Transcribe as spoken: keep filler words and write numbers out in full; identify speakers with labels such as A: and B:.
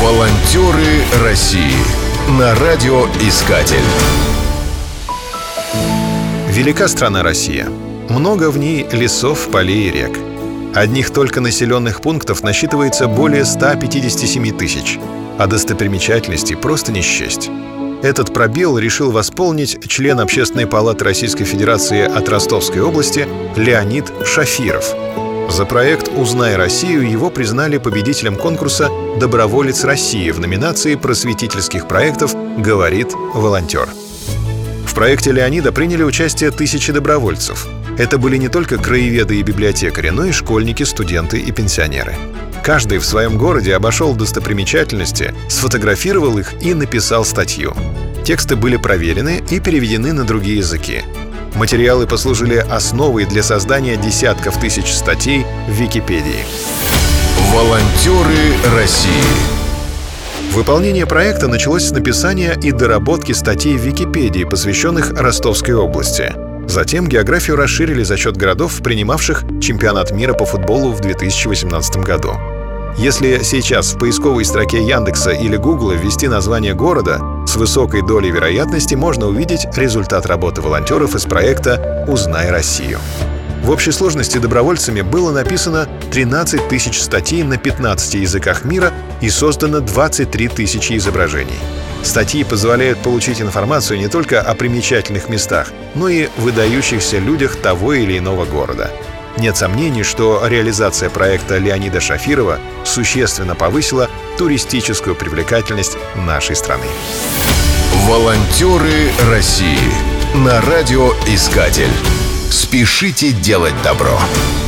A: Волонтеры России на радиоискатель.
B: Велика страна Россия. Много в ней лесов, полей и рек. Одних только населенных пунктов насчитывается более ста пятидесяти семи тысяч, а достопримечательностей просто не счесть. Этот пробел решил восполнить член Общественной палаты Российской Федерации от Ростовской области Леонид Шафиров. За проект «Узнай Россию» его признали победителем конкурса «Доброволец России» в номинации просветительских проектов «Говорит волонтер». В проекте Леонида приняли участие тысячи добровольцев. Это были не только краеведы и библиотекари, но и школьники, студенты и пенсионеры. Каждый в своем городе обошел достопримечательности, сфотографировал их и написал статью. Тексты были проверены и переведены на другие языки. Материалы послужили основой для создания десятков тысяч статей в Википедии.
A: Волонтеры России.
B: Выполнение проекта началось с написания и доработки статей в Википедии, посвященных Ростовской области. Затем географию расширили за счет городов, принимавших чемпионат мира по футболу в две тысячи восемнадцатом году. Если сейчас в поисковой строке Яндекса или Гугла ввести название города, с высокой долей вероятности можно увидеть результат работы волонтеров из проекта «Узнай Россию». В общей сложности добровольцами было написано тринадцать тысяч статей на пятнадцати языках мира и создано двадцать три тысячи изображений. Статьи позволяют получить информацию не только о примечательных местах, но и выдающихся людях того или иного города. Нет сомнений, что реализация проекта Леонида Шафирова существенно повысила туристическую привлекательность нашей страны.
A: Волонтеры России на радиоискатель. Спешите делать добро.